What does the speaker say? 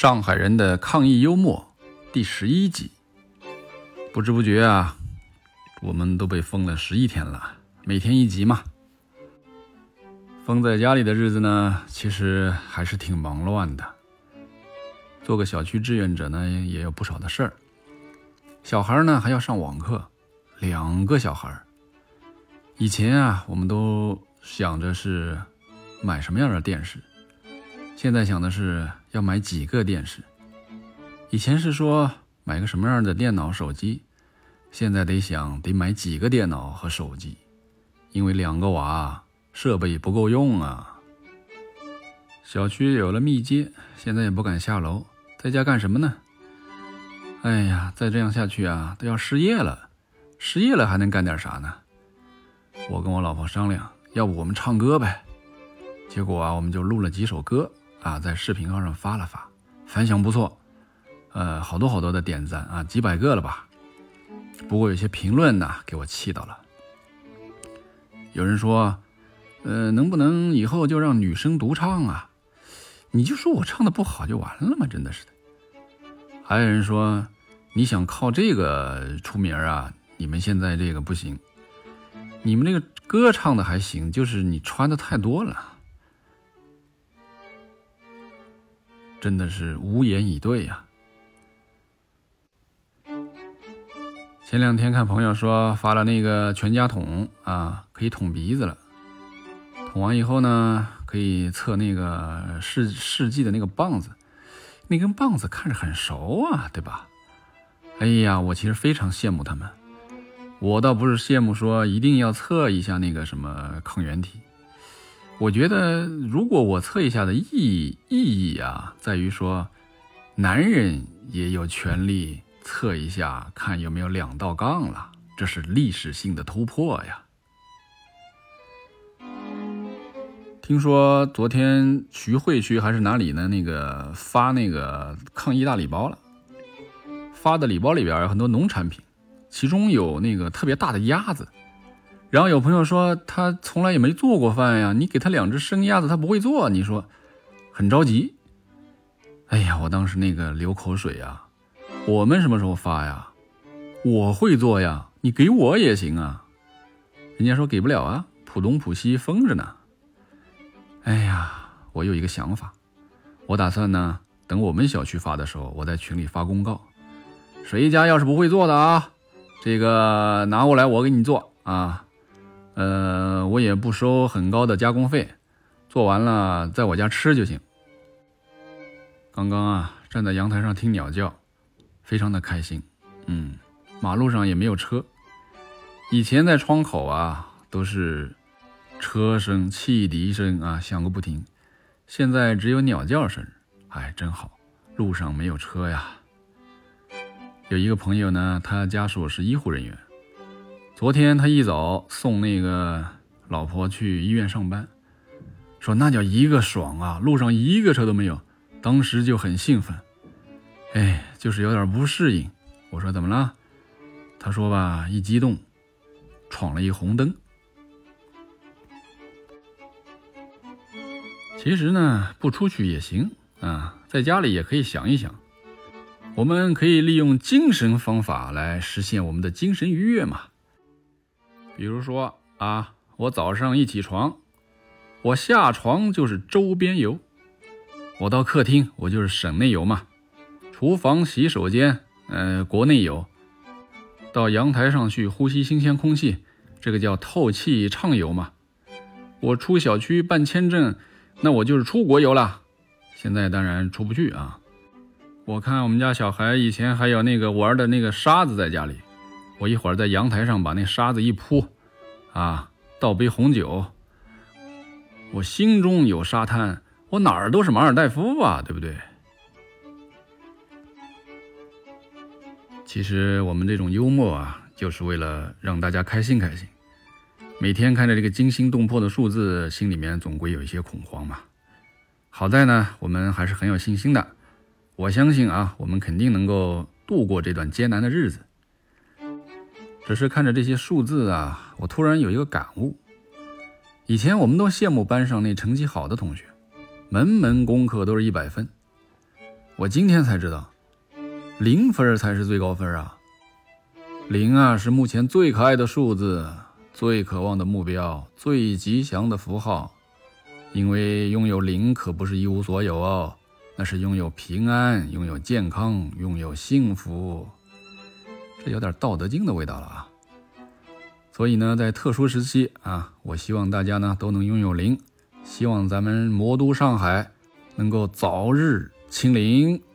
上海人的抗疫幽默第11集。不知不觉啊，我们都被封了11天了，每天一集嘛。封在家里的日子呢，其实还是挺忙乱的。做个小区志愿者呢，也有不少的事儿。小孩呢还要上网课，2个小孩。以前啊，我们都想着是买什么样的电视，现在想的是要买几个电视。以前是说买个什么样的电脑手机，现在得想得买几个电脑和手机，因为2个娃设备不够用啊。小区有了密接，现在也不敢下楼，在家干什么呢？哎呀，再这样下去啊，都要失业了。失业了还能干点啥呢？我跟我老婆商量，要不我们唱歌呗。结果啊，我们就录了几首歌啊，在视频号上发了发，反响不错，好多的点赞啊，几百个了吧。不过有些评论呢，给我气到了。有人说，能不能以后就让女生独唱啊？你就说我唱的不好就完了吗？真的是的。还有人说，你想靠这个出名啊，你们现在这个不行。你们这个歌唱的还行，就是你穿的太多了。真的是无言以对呀。前2天看朋友说发了那个全家桶啊，可以捅鼻子了。捅完以后呢，可以测那个试剂的那个棒子，那根棒子看着很熟啊，对吧？哎呀，我其实非常羡慕他们。我倒不是羡慕说一定要测一下那个什么抗原体，我觉得如果我测一下的意义啊，在于说男人也有权利测一下，看有没有2道杠了，这是历史性的突破呀。听说昨天徐汇区还是哪里呢，那个发那个抗疫大礼包了，发的礼包里边有很多农产品，其中有那个特别大的鸭子。然后有朋友说他从来也没做过饭呀，你给他2只生鸭子他不会做，你说很着急。哎呀，我当时那个流口水啊。我们什么时候发呀？我会做呀，你给我也行啊。人家说给不了啊，浦东浦西封着呢。哎呀，我有一个想法，我打算呢，等我们小区发的时候，我在群里发公告，谁家要是不会做的啊，这个拿过来我给你做啊。我也不收很高的加工费，做完了在我家吃就行。刚刚啊，站在阳台上听鸟叫，非常的开心。马路上也没有车，以前在窗口啊都是车声、汽笛声啊响个不停，现在只有鸟叫声，哎，真好，路上没有车呀。有一个朋友呢，他家属是医护人员，昨天他一早送那个老婆去医院上班，说那叫一个爽啊，路上1个车都没有，当时就很兴奋。哎，就是有点不适应。我说怎么了？他说吧，一激动闯了一红灯。其实呢，不出去也行啊，在家里也可以想一想，我们可以利用精神方法来实现我们的精神愉悦嘛。比如说啊，我早上一起床，我下床就是周边游，我到客厅我就是省内游嘛，厨房洗手间国内游，到阳台上去呼吸新鲜空气，这个叫透气畅游嘛。我出小区办签证，那我就是出国游了，现在当然出不去啊。我看我们家小孩以前还有那个玩的那个沙子在家里，我一会儿在阳台上把那沙子一铺啊，倒杯红酒，我心中有沙滩，我哪儿都是马尔代夫啊，对不对？其实我们这种幽默啊，就是为了让大家开心开心。每天看着这个惊心动魄的数字，心里面总归有一些恐慌嘛。好在呢，我们还是很有信心的。我相信啊，我们肯定能够度过这段艰难的日子。只是看着这些数字啊，我突然有一个感悟。以前我们都羡慕班上那成绩好的同学，门门功课都是100分。 我今天才知道，0分才是最高分啊！0啊是目前最可爱的数字，最渴望的目标，最吉祥的符号。因为拥有0可不是一无所有哦，那是拥有平安，拥有健康，拥有幸福。这有点道德经的味道了啊！所以呢，在特殊时期啊，我希望大家呢都能拥有0，希望咱们魔都上海能够早日清零。